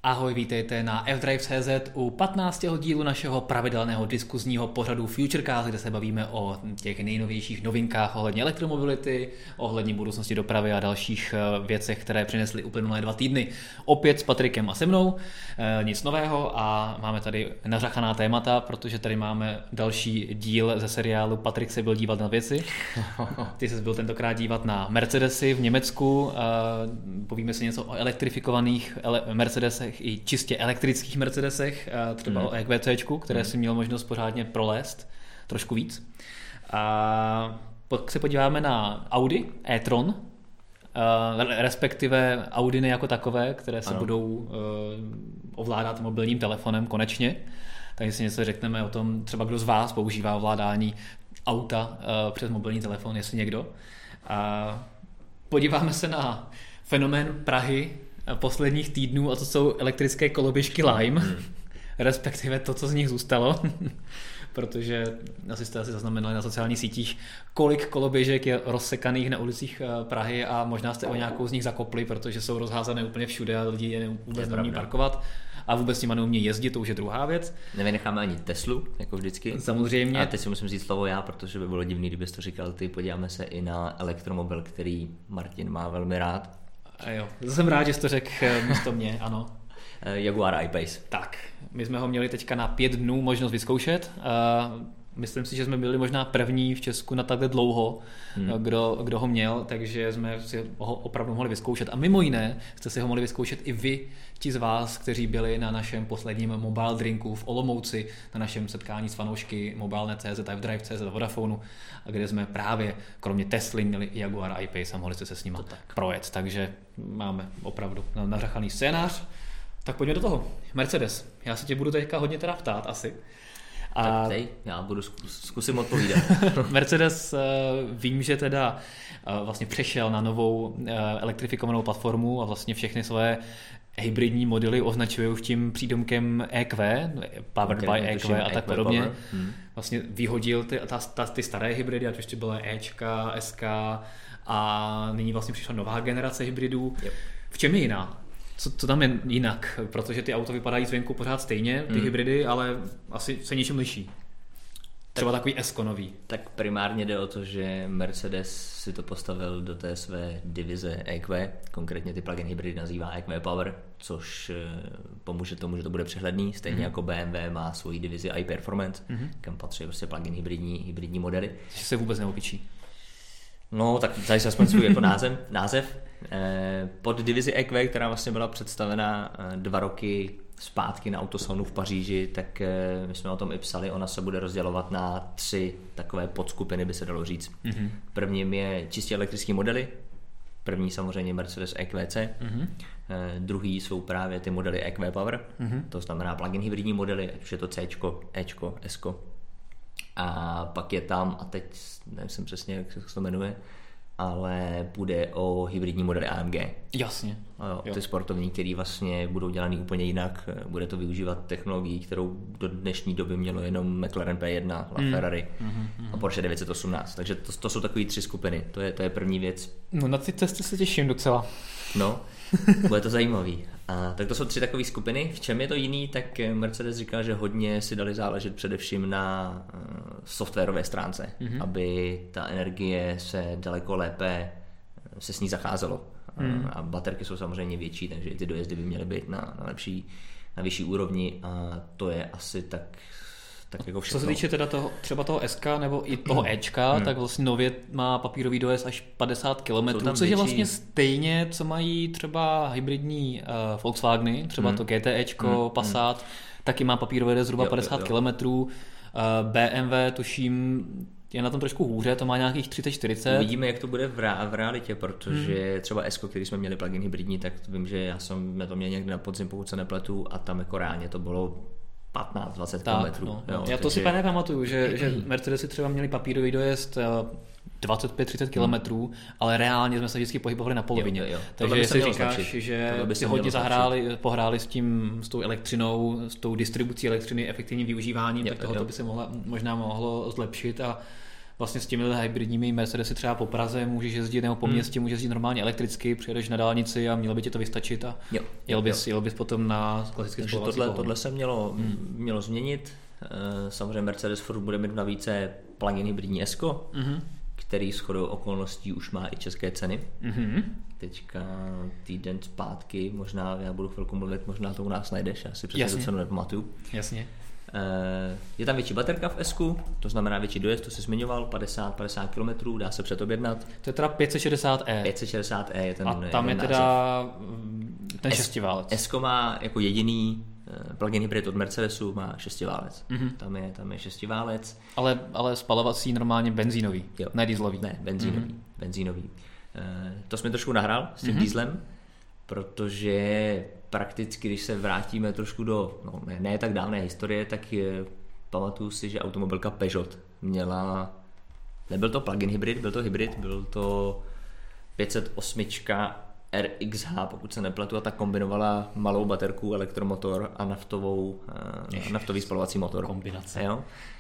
Ahoj, vítejte na fdrive.cz u 15. dílu našeho pravidelného diskuzního pořadu Futurecast, kde se bavíme o těch nejnovějších novinkách ohledně elektromobility, ohledně budoucnosti dopravy a dalších věcech, které přinesly uplynulé 2 týdny. Opět s Patrikem a se mnou, nic nového a máme tady nařachaná témata, protože tady máme další díl ze seriálu Patrik se byl dívat na věci. Ty jsi byl tentokrát dívat na Mercedesy v Německu, povíme si něco o elektrifikovaných Mercedesech i čistě elektrických Mercedesech, třeba o EQCčku, které si měl možnost pořádně prolést trošku víc. A pak se podíváme na Audi e-tron, respektive Audiny jako takové, které se budou ovládat mobilním telefonem konečně. Takže si něco řekneme o tom, třeba kdo z vás používá ovládání auta přes mobilní telefon, jestli někdo. A podíváme se na fenomén Prahy posledních týdnů, a to jsou elektrické koloběžky Lime, respektive to, co z nich zůstalo, protože jste asi zaznamenali na sociálních sítích, kolik koloběžek je rozsekaných na ulicích Prahy a možná jste o nějakou z nich zakopli, protože jsou rozházané úplně všude a lidi je vůbec neumí parkovat a vůbec s nima neumí jezdit, to už je druhá věc. Nevynecháme ani Teslu, jako vždycky. Samozřejmě. A teď si musím říct slovo já, protože by bylo divný, kdybys to říkal ty. Podíváme se i na elektromobil, který Martin má velmi rád. A jo, jsem rád, že jsi to řekl místo mě, ano. Jaguar I-Pace. Tak, my jsme ho měli teďka na 5 dnů možnost vyzkoušet. Myslím si, že jsme byli možná první v Česku na takhle dlouho, kdo ho měl, takže jsme si ho opravdu mohli vyzkoušet. A mimo jiné jste si ho mohli vyzkoušet i vy, ti z vás, kteří byli na našem posledním mobile drinku v Olomouci, na našem setkání s fanoušky Mobile.cz a fdrive.cz a Vodafonu, kde jsme právě kromě Tesly měli i Jaguar I-Pace a mohli jste se s nima projet. Takže máme opravdu nařachaný scénář. Tak pojďme do toho. Mercedes. Já se tě budu teďka hodně teda ptát asi. Tak teď já budu zkusím odpovídat. Mercedes vím, že teda vlastně přešel na novou elektrifikovanou platformu a vlastně všechny své hybridní modely označují už tím přídomkem EQ, powered by EQ a tak podobně. Vlastně vyhodil ty staré hybridy, ať už to bylo Ečka, SK a nyní vlastně přišla nová generace hybridů. V čem je jiná? Co tam je jinak? Protože ty auta vypadají zvenku pořád stejně, ty hybridy, ale asi se něčím liší. Třeba takový S-ko nový. Tak primárně jde o to, že Mercedes si to postavil do té své divize EQ, konkrétně ty plug-in hybridy nazývá EQ Power, což pomůže tomu, že to bude přehledný, stejně jako BMW má svoji divizi iPerformance, kam patří prostě plug-in hybridní modely. Což se vůbec neopičí. No, tak tady se aspoň svůj jako název. Pod divizi EQ, která vlastně byla představena 2 roky zpátky na Autosalonu v Paříži, tak my jsme o tom i psali, ona se bude rozdělovat na 3 takové podskupiny, by se dalo říct. Prvním je čistě elektrické modely, první samozřejmě Mercedes EQC, druhý jsou právě ty modely EQ Power, to znamená plug-in hybridní modely, ať už je to Cčko, Ečko, Sko. A pak je tam, a teď nevím přesně, jak se to jmenuje, ale bude o hybridní modely AMG. Jasně. Jo. Ty sportovní, které vlastně budou dělaný úplně jinak. Bude to využívat technologii, kterou do dnešní doby mělo jenom McLaren P1, Ferrari a Porsche 918. Takže to jsou takové 3 skupiny. To je první věc. No na ty testy se těším docela. No, bude to zajímavý. Tak to jsou 3 takové skupiny. V čem je to jiný? Tak Mercedes říkal, že hodně si dali záležet především na softwarové stránce, aby ta energie se daleko lépe se s ní zacházelo. A baterky jsou samozřejmě větší, takže ty dojezdy by měly být na vyšší úrovni a to je asi tak jako všechno. Co se týče teda třeba toho SK nebo i toho Ečka, tak vlastně nově má papírový dojezd až 50 km, což je vlastně stejně, co mají třeba hybridní Volkswageny, třeba to GTEčko, Passat, taky má papírový dojezd zhruba 50 km. BMW tuším je na tom trošku hůře, to má nějakých 30-40. Uvidíme, jak to bude v realitě, protože třeba S, který jsme měli plug-in hybridní, tak vím, že já jsem to měl někdy na podzim, pokud se nepletu, a tam jako reálně to bylo 15-20 km. No. Já to si úplně nepamatuju, že Mercedesy třeba měli papírový dojezd 25-30 km, ale reálně jsme se vždycky pohybovali na polovině. Jo. Takže jestli říkáš, že si hodně pohráli s tou elektřinou, s tou distribucí elektřiny, efektivním využíváním, tak tohoto by se možná mohlo zlepšit a vlastně s těmi hybridními Mercedesy třeba po Praze můžeš jezdit, nebo po městě můžeš jezdit normálně elektricky, přijedeš na dálnici a mělo by ti to vystačit a jel bys potom na klasické spalovací pohon. Tohle se mělo změnit. Samozřejmě Mercedes furt bude mít navíce plug-in hybridní S-ko, který shodou okolností už má i české ceny. Teďka týden zpátky, možná já budu chvilku mluvit, možná to u nás najdeš, já si přesně tu cenu nepamatuju. Jasně. Je tam větší baterka v S-ku, to znamená větší dojezd, to jsi zmiňoval, 50 km, dá se předobjednat. To je teda 560e. 560e je ten a tam je teda ten šestiválec. S-ko má jako jediný plug-in hybrid od Mercedesu, má šestiválec. Tam je šestiválec. Ale spalovací normálně benzínový, ne dieselový. Ne, benzínový. To jsme trošku nahrál s tím dieslem, protože prakticky, když se vrátíme trošku do ne tak dávné historie, tak pamatuju si, že automobilka Peugeot měla, nebyl to plug-in hybrid, byl to hybrid, byl to 508 RXH, pokud se nepletu, a ta kombinovala malou baterku, elektromotor a naftový spalovací motor. Kombinace. Jo?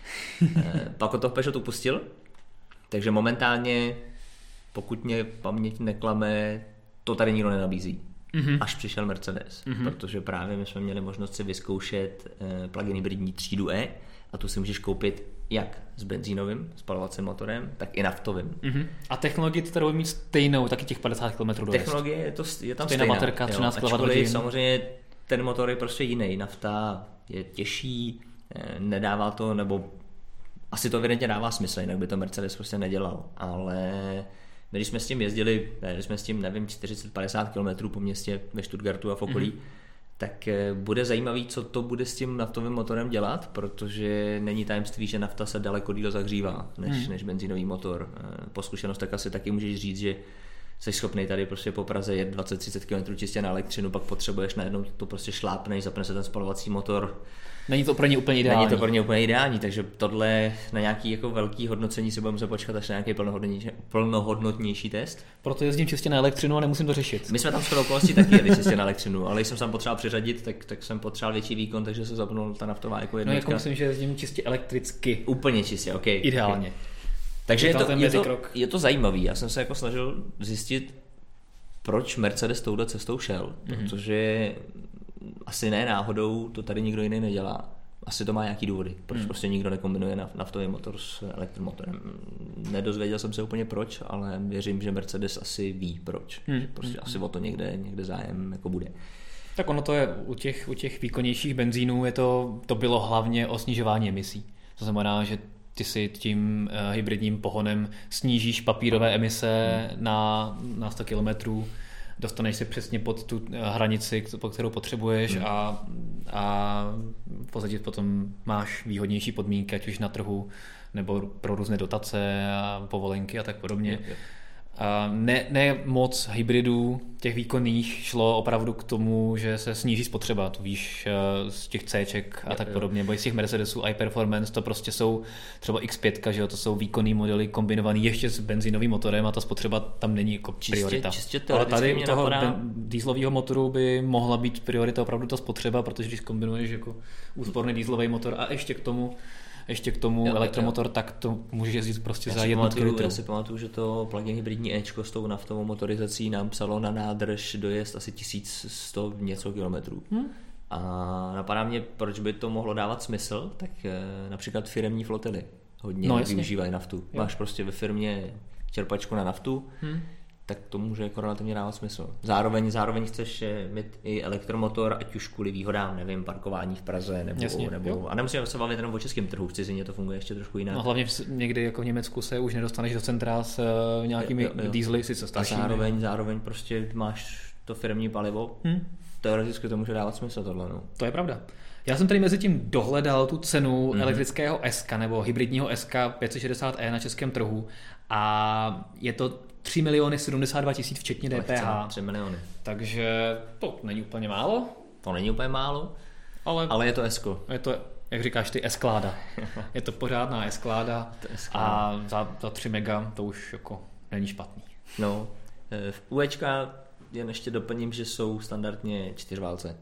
Pak to Peugeot upustil, takže momentálně, pokud mě paměť neklame, to tady nikdo nenabízí. Až přišel Mercedes, protože právě my jsme měli možnost si vyzkoušet plug-in hybridní třídu E a tu si můžeš koupit jak s benzínovým spalovacím motorem, tak i naftovým. A technologie to tady bude mít stejnou, taky těch 50 km dojezd. Technologie je tam stejná. Baterka, 13 kWh. Samozřejmě ten motor je prostě jiný. Nafta je těžší, nedává to, nebo asi to evidentně dává smysl, jinak by to Mercedes prostě nedělal, ale když jsme s tím jezdili, nevím, 40-50 km po městě ve Stuttgartu a v okolí, tak bude zajímavý, co to bude s tím naftovým motorem dělat, protože není tajemství, že nafta se daleko díl zahřívá než benzínový motor. Po zkušenost tak asi taky můžeš říct, že jsi schopný tady prostě po Praze jet 20-30 km čistě na elektřinu, pak potřebuješ najednou to prostě šlápneš, zapne se ten spalovací motor. Není to pro ně úplně ideální. Takže tohle na nějaký jako velký hodnocení si budeme muset počkat až na nějaký plnohodnotnější test. Proto jezdím čistě na elektřinu a nemusím to řešit. My jsme tam shodou okolností taky jeli čistě na elektřinu, ale když jsem tam potřeboval přiřadit, tak jsem potřeboval větší výkon, takže se zapnul ta naftová jako jednotka. No jako myslím, že jezdím čistě elektricky. Úplně čistě, ok. Ideálně. Okay. Takže je to zajímavý. Já jsem se jako snažil zjistit, proč Mercedes touhle cestou šel, protože asi ne náhodou to tady nikdo jiný nedělá. Asi to má nějaký důvody, proč prostě nikdo nekombinuje naftový motor s elektromotorem. Nedozvěděl jsem se úplně proč, ale věřím, že Mercedes asi ví proč. Prostě asi o to někde zájem jako bude. Tak ono to je u těch výkonnějších benzínů, to bylo hlavně o snižování emisí. To znamená, že ty si tím hybridním pohonem snížíš papírové emise na 100 km, dostaneš se přesně pod tu hranici, po kterou potřebuješ a v podstatě potom máš výhodnější podmínky, ať už na trhu, nebo pro různé dotace a povolenky a tak podobně. Ne moc hybridů těch výkonných šlo opravdu k tomu, že se sníží spotřeba, to víš, z těch Cček a tak podobně, bo z těch Mercedesů iPerformance to prostě jsou třeba X5, že jo, to jsou výkonný modely kombinovaný ještě s benzínovým motorem a ta spotřeba tam není jako priorita. Ale tady u toho dieselového motoru by mohla být priorita opravdu ta spotřeba, protože když kombinuješ jako úsporný dieselový motor a ještě k tomu elektromotor, tak to můžeš jezdit prostě za jednotky litrů. Já si pamatuju, že to plug-in hybridní Ečko s tou naftovou motorizací nám psalo na nádrž dojezd asi 1100 něco kilometrů. A napadá mě, proč by to mohlo dávat smysl, tak například firemní flotily hodně využívají naftu. Máš prostě ve firmě čerpačku na naftu, tak to může jako relativně dávat smysl. Zároveň chceš mít i elektromotor, ať už kvůli výhodám, nevím, parkování v Praze, nebo a nemusíme se bavit jenom o českém trhu, v cizině to funguje ještě trošku jinak. No hlavně někdy jako v Německu se už nedostaneš do centra s nějakými diesely, sice staršími. A zároveň prostě máš to firemní palivo, teoreticky to může dávat smysl tohle. No. To je pravda. Já jsem tady mezi tím dohledal tu cenu elektrického SK nebo hybridního SK 560e na českém trhu a je to 3 72 000 včetně DPH. 3 miliony. Takže to není úplně málo. To není úplně málo, ale je to S-ko. Je to, jak říkáš ty, S-kláda. Je to pořádná S-kláda a za 3 mega to už jako není špatný. No, v UEčka jen ještě doplním, že jsou standardně 4válce.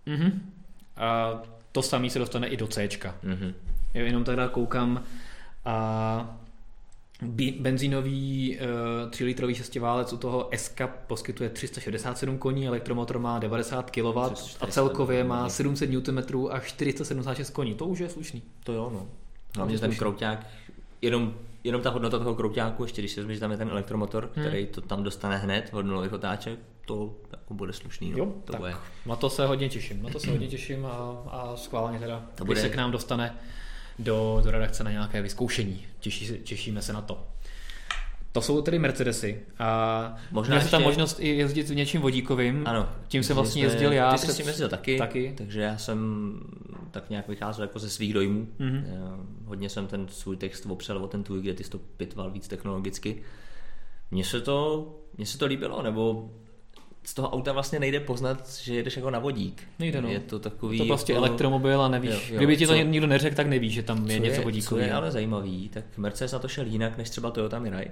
A to samé se dostane i do Cčka. Jenom teda koukám a Benzínový 3-litrový šestiválec u toho SK poskytuje 367 koní, elektromotor má 90 kW a celkově má 700 Nm a 476 koní. To už je slušný. To jo, no. Hlavně ten krouťák, jenom ta hodnota toho krouťáku, ještě když se vezme, že tam je ten elektromotor, který to tam dostane hned, hodně nových otáček, to jako bude slušný. No. Jo, to tak bude. na to se hodně těším a schválně teda, když se k nám dostane do redakce na nějaké vyzkoušení. Těšíme se na to. To jsou tedy Mercedesy a možná ještě tam možnost i jezdit v něčím vodíkovým. Ano. Tím se vlastně jezdil já. Ty jsi s tím jezdil taky, takže já jsem tak nějak vycházel jako ze svých dojmů. Hodně jsem ten svůj text opřel o ten tvůj, kde ty jsi to pitval víc technologicky. Mně se to líbilo, nebo z toho auta vlastně nejde poznat, že jedeš jako na vodík. Nejde, no. Je to takový... To prostě jako elektromobil a nevíš. Jo, kdyby ti to nikdo neřekl, tak nevíš, že tam je něco vodíkového. Co je ale zajímavý, tak Mercedes na to šel jinak než třeba Toyota Mirai.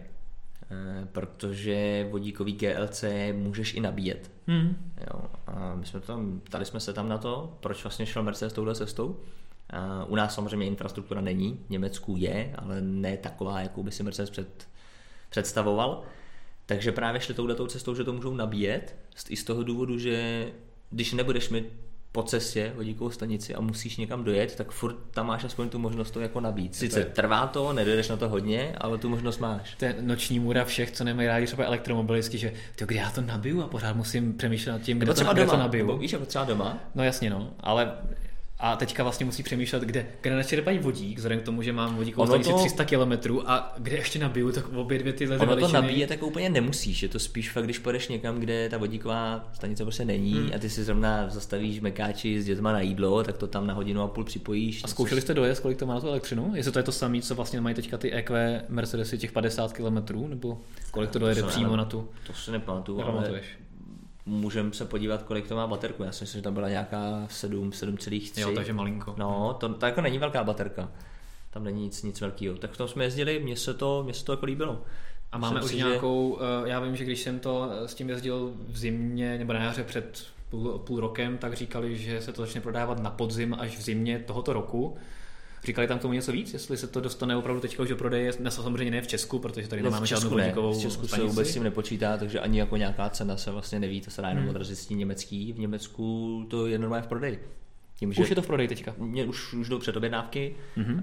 Protože vodíkový GLC můžeš i nabíjet. Jo, a my jsme ptali jsme se tam na to, proč vlastně šel Mercedes touhle cestou. U nás samozřejmě infrastruktura není, v Německu je, ale ne taková, jakou by si Mercedes představoval. Takže právě šli touhletou cestou, že to můžou nabíjet, i z toho důvodu, že když nebudeš mít po cestě vodíkovou stanici a musíš někam dojet, tak furt tam máš aspoň tu možnost to jako nabít. Sice trvá to, nedojedeš na to hodně, ale tu možnost máš. To je noční můra všech, co nemají rádi třeba elektromobilisti, že kde já to nabiju a pořád musím přemýšlet nad tím, kde to nabiju. Víš, jako třeba doma? No jasně, no, ale a teďka vlastně musí přemýšlet, kde načerpají vodík, vzhledem k tomu, že mám vodíkovou stanici 300 km a kde ještě nabiju, tak obě dvě tyhle veličiny. Ono to nabíjet tak úplně nemusíš, je to spíš fakt, když půjdeš někam, kde ta vodíková stanice prostě není a ty si zrovna zastavíš v Mekáči s dětma na jídlo, tak to tam na hodinu a půl připojíš. A zkoušeli jste dojezd, kolik to má na tu elektřinu? Jestli to je to samé, co vlastně mají teďka ty EQ Mercedesy těch 50 km, nebo kolik to dojede přímo na tu? To si nepamatuju, ale můžeme se podívat, kolik to má baterku. Já si myslím, že tam byla nějaká 7,3. Jo, takže malinko. No, to jako není velká baterka. Tam není nic velkého. Tak v tom jsme jezdili, mně se to jako líbilo. A máme už nějakou, já vím, že když jsem to s tím jezdil v zimě nebo na jaře před půl rokem, tak říkali, že se to začne prodávat na podzim až v zimě tohoto roku. Říkali tam k tomu něco víc, jestli se to dostane opravdu teďka už do prodeje, samozřejmě ne v Česku, protože tady nemáme žádnou vodíkovou stanici. V Česku se vůbec s tím nepočítá, takže ani jako nějaká cena se vlastně neví, to se dá jenom odrazit s tím německý. V Německu to je normálně v prodeji. Tím, už je to v prodeji teďka? Už jdou předobjednávky,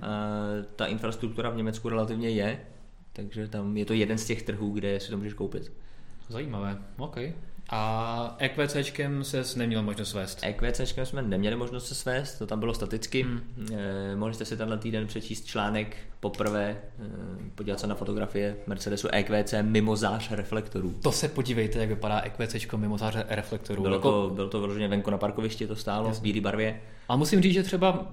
ta infrastruktura v Německu relativně je, takže tam je to jeden z těch trhů, kde si to můžeš koupit. Zajímavé, OK. A EQCčkem ses neměl možnost svést? EQCčkem jsme neměli možnost se svést, to tam bylo staticky. Mohli jste si tenhle týden přečíst článek poprvé, podívat se na fotografie Mercedesu EQC mimo zář reflektorů. To se podívejte, jak vypadá EQCčko mimo zář reflektorů. Bylo to vyloženě venku na parkovišti, to stálo v bílé barvě. A musím říct, že třeba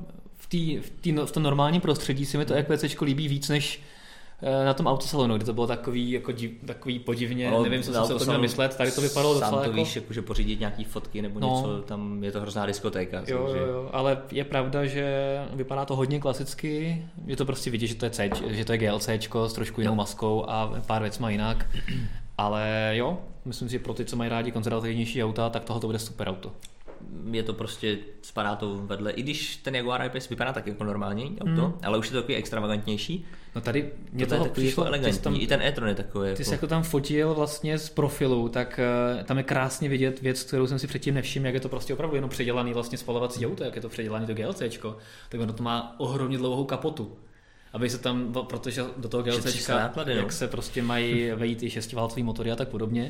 v tom normálním prostředí si mi to EQCčko líbí víc než na tom autosalonu, kde to bylo takový podivně, nevím, co jsem se o tom měl myslet, tady to vypadalo docela jako... Sám to víš, jakože pořídit nějaký fotky nebo něco, tam je to hrozná diskotéka. Jo, ale je pravda, že vypadá to hodně klasicky, je to prostě vidět, že to je GLCčko s trošku jinou maskou a pár věc má jinak, ale jo, myslím si, že pro ty, co mají rádi konzervativnější auta, tak tohle to bude super auto. Je to prostě, spadá to vedle, i když ten Jaguar I-Pace vypadá tak jako normální auto, ale už je to takový extravagantnější. No tady mě toho přišlo elegantní, i ten e-tron je takový. Ty jsi jako tam fotil vlastně z profilu, tak tam je krásně vidět věc, kterou jsem si předtím nevšiml, jak je to prostě opravdu jenom předělaný vlastně spalovací auto, jak je to předělaný to GLCčko, tak ono to má ohromně dlouhou kapotu. Aby se tam, protože do toho GLCčka, jak se prostě mají vejít i šestiválcový motory a tak podobně,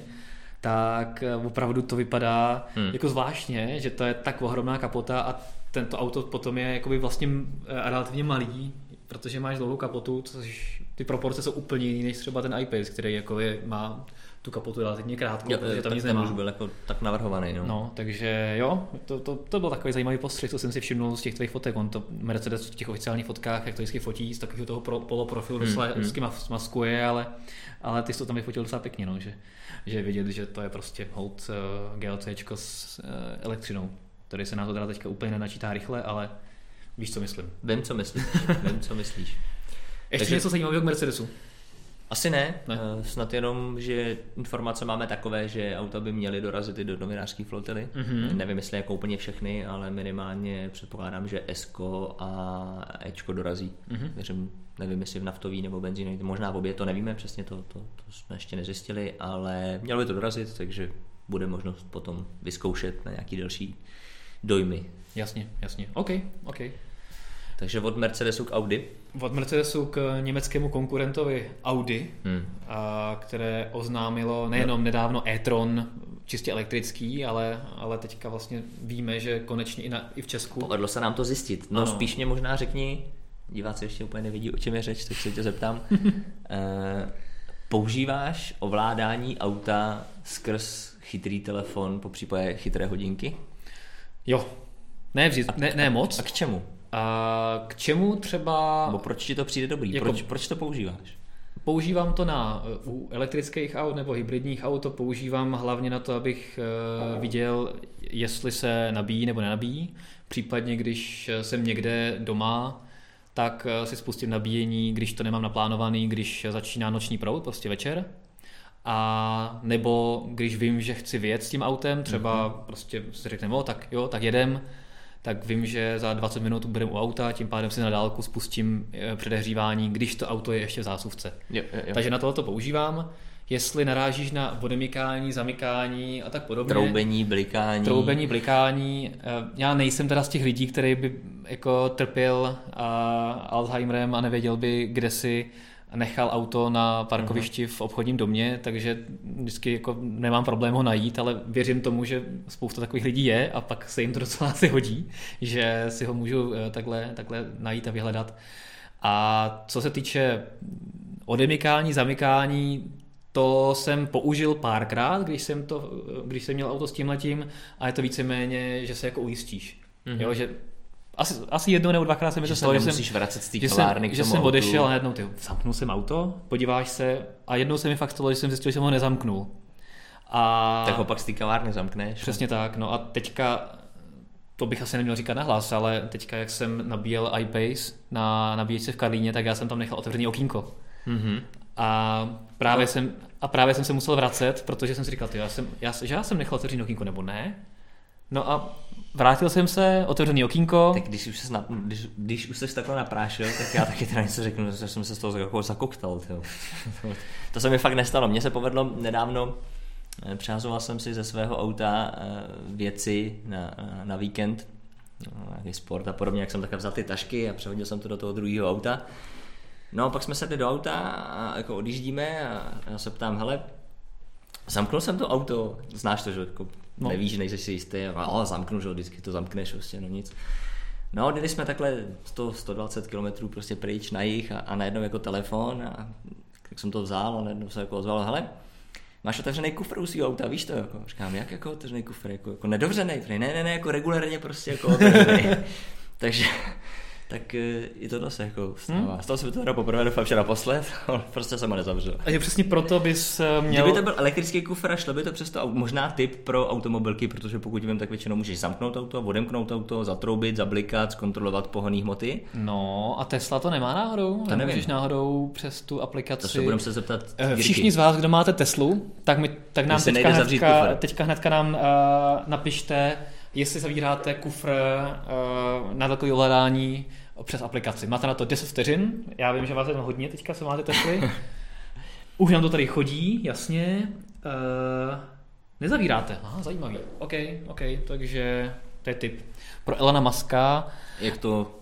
tak opravdu to vypadá jako zvláštně, že to je tak ohromná kapota a tento auto potom je jakoby vlastně relativně malý, protože máš dlouhou kapotu, což ty proporce jsou úplně jiný než třeba ten I-Pace, který jako má tu kapotu relativně krátkou, protože tam nic nemá. Už byl jako tak navrhovaný. No, takže jo, to byl takový zajímavý postřeh, co jsem si všimnul z těch tvých fotek. On to Mercedes v těch oficiálních fotkách, jak to vždycky fotí, z takového toho poloprofilu vždycky maskuje, ale ty jsi to tam vyfotil docela pěkně, no, že je vidět, že to je prostě hold GLCčko s elektřinou, který se na to teda teďka úplně nenačítá rychle, ale víš, co myslím. Vím, co myslíš. Ještě něco zajímavého k Mercedesu. Asi ne. Snad jenom, že informace máme takové, že auta by měly dorazit i do novinářské flotily. Nevím, jestli jako úplně všechny, ale minimálně předpokládám, že S-ko a Ečko dorazí. Věřím, nevím, jestli v naftový nebo benzínový, možná v obě, to nevíme přesně, to jsme ještě nezjistili, ale mělo by to dorazit, takže bude možnost potom vyzkoušet na nějaký další dojmy. Jasně. OK. Takže od Mercedesu k Audi. Od Mercedesu k německému konkurentovi Audi, které oznámilo nejenom nedávno e-tron, čistě elektrický, ale teďka vlastně víme, že konečně i v Česku. Povedlo se nám to zjistit. No ano. Spíš mě možná řekni, diváci ještě úplně nevidí, o čem je řeč, tak se tě zeptám. Používáš ovládání auta skrz chytrý telefon, popřípadě chytré hodinky? Jo. Ne moc. A k čemu? A k čemu třeba... Nebo proč ti to přijde dobrý? Jako, proč to používáš? Používám to u elektrických aut nebo hybridních aut, to používám hlavně na to, abych viděl, jestli se nabíjí nebo nenabíjí. Případně, když jsem někde doma, tak si spustím nabíjení, když to nemám naplánovaný, když začíná noční proud, prostě večer. A nebo když vím, že chci vyjet s tím autem, třeba prostě si řekneme, tak jedem, tak vím, že za 20 minut budeme u auta, tím pádem si na dálku spustím předehřívání, když to auto je ještě v zásuvce. Jo. Takže na tohle to používám. Jestli narážíš na odemykání, zamykání a tak podobně. Troubení, blikání. Já nejsem teda z těch lidí, který by jako trpěl Alzheimerem a nevěděl by, kde si nechal auto na parkovišti v obchodním domě, takže vždycky jako nemám problém ho najít, ale věřím tomu, že spousta takových lidí je a pak se jim to docela asi hodí, že si ho můžu takhle najít a vyhledat. A co se týče odemykání, zamykání, to jsem použil párkrát, když jsem měl auto s tímhletím a je to víceméně, že se jako ujistíš. Jo, že asi jednou nebo dvakrát se mi to stalo, že jsem odešel a najednou zamknul jsem auto, podíváš se a jednou se mi fakt stalo, že jsem zjistil, že jsem ho nezamknul. Tak ho pak z té kavárny zamkneš. Přesně tak, no a teďka, to bych asi neměl říkat nahlas, ale teďka jak jsem nabíjel iPace na nabíječce v Karlíně, tak já jsem tam nechal otevřený okýnko. A právě jsem se musel vracet, protože jsem si říkal, já jsem nechal otevřený okýnko nebo ne. No a vrátil jsem se, otevřený okýnko. Tak když už jsi takhle naprášil, tak já taky teda něco řeknu, že jsem se z toho jako zakoktal. To se mi fakt nestalo. Mně se povedlo nedávno, přehazoval jsem si ze svého auta věci na víkend, nějaký sport a podobně, jak jsem takhle vzal ty tašky a přehodil jsem to do toho druhého auta. No pak jsme sedli do auta a jako odjíždíme a já se ptám, hele, zamknul jsem to auto, znáš to, že jako nevíš, nejsi si jistý, ale zamknu, že vždycky to zamkneš, prostě no nic. No, jeli jsme takhle 120 km prostě pryč na jih a najednou jako telefon a tak jsem to vzal a najednou se jako ozval, hele, máš otevřený kufr u svého auta, víš to? Jako, říkám, jak jako otevřený kufr, jako nedovřený, ne, jako regulérně prostě jako otevřený. Takže tak i tohle se jako stává. Stalo se by to teda poprvé, doufám, že naposled, ale prostě jsem ho nezavřel. A je přesně proto bys měl... Kdyby to byl elektrický kufr a šlo by to přes to možná tip pro automobilky, protože pokud vím, tak většinou můžeš zamknout auto, odemknout auto, zatroubit, zablikat, zkontrolovat pohonné hmoty. No a Tesla to nemá náhodou? To nemůžeš náhodou přes tu aplikaci... To se budeme se zeptat Jirky. Všichni z vás, kdo máte Teslu, tak nám teďka hnedka nám napište, jestli zavíráte kufr na takové ovládání přes aplikaci. Máte na to 10 vteřin, já vím, že máte tam hodně teďka, co máte Tesly. Už nám to tady chodí, jasně. Nezavíráte, zajímavý. OK, takže to je tip. Pro Elona Muska. Jak to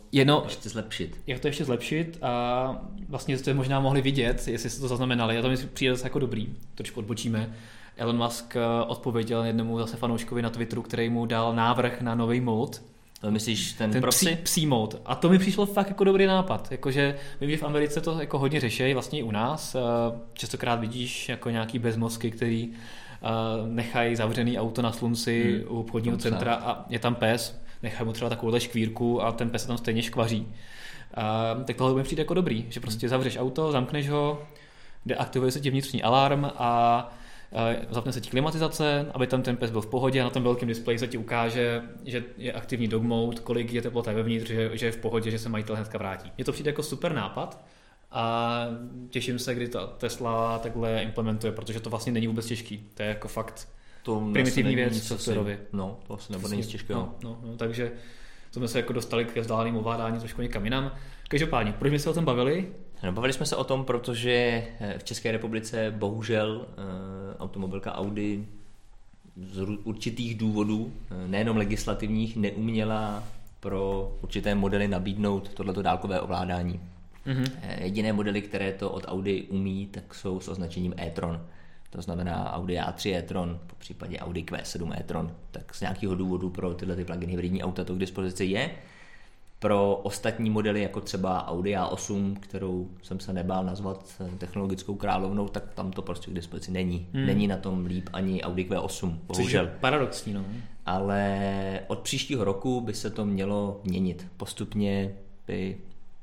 ještě zlepšit a vlastně jste možná mohli vidět, jestli jste to zaznamenali, a to mi přijde zase jako dobrý, trošku odbočíme. Elon Musk odpověděl jednomu zase fanouškovi na Twitteru, který mu dal návrh na nový mod. To myslíš ten psí mod. A to mi přišlo fakt jako dobrý nápad. Jakože vím, že v Americe to jako hodně řeší, vlastně i u nás. Častokrát vidíš jako nějaký bezmozky, který nechají zavřený auto na slunci u obchodního centra a je tam pes, nechají mu třeba takovouhle škvírku a ten pes se tam stejně škvaří. Tak tohle mi přijde jako dobrý, že prostě zavřeš auto, zamkneš ho, deaktivuje se ti vnitřní alarm a zapne se ti klimatizace, aby tam ten pes byl v pohodě a na tom velkém displeji se ti ukáže, že je aktivní dog mode, kolik je teplota vevnitř, že je v pohodě, že se majitel hnedka vrátí. Mně to přijde jako super nápad a těším se, kdy ta Tesla takhle implementuje, protože to vlastně není vůbec těžký. To je jako fakt primitivní věc softwarově. No, to vlastně nebude nic těžkého. No, takže jsme se jako dostali ke vzdáleným ovládání trošku někam jinam. Každopádně, proč jsme se o tom bavili? No, bavili jsme se o tom, protože v České republice bohužel automobilka Audi z určitých důvodů, nejenom legislativních, neuměla pro určité modely nabídnout tohleto dálkové ovládání. Jediné modely, které to od Audi umí, tak jsou s označením e-tron. To znamená Audi A3 e-tron, po případě Audi Q7 e-tron. Tak z nějakého důvodu pro tyhle plug-in hybridní auta to k dispozici je. Pro ostatní modely, jako třeba Audi A8, kterou jsem se nebál nazvat technologickou královnou, tak tam to prostě k dispozici není. Není na tom líp ani Audi Q8, bohužel. Což je paradoxní, no. Ale od příštího roku by se to mělo měnit. Postupně by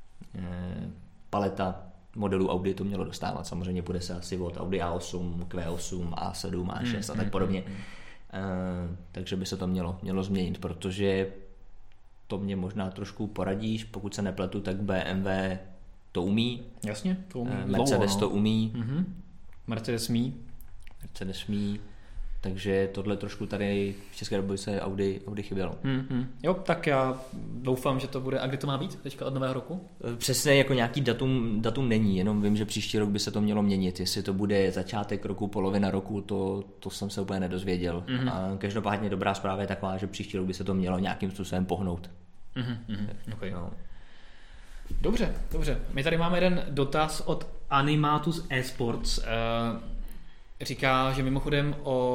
paleta modelů Audi to mělo dostávat. Samozřejmě bude se asi od Audi A8, Q8, A7, A6 a tak podobně. Takže by se to mělo změnit, protože to mě možná trošku poradíš, pokud se nepletu, tak BMW to umí. Jasně, to umí. Mercedes to umí. Mercedes mí. Takže tohle trošku tady v České republice Audi chybělo. Jo, tak já doufám, že to bude. A kdy to má být teďka od nového roku? Přesně jako nějaký datum není, jenom vím, že příští rok by se to mělo měnit. Jestli to bude začátek roku, polovina roku, to jsem se úplně nedozvěděl. A každopádně dobrá zpráva je taková, že příští rok by se to mělo nějakým způsobem pohnout. Okay. No. Dobře. My tady máme jeden dotaz od Animatus Esports. Říká, že mimochodem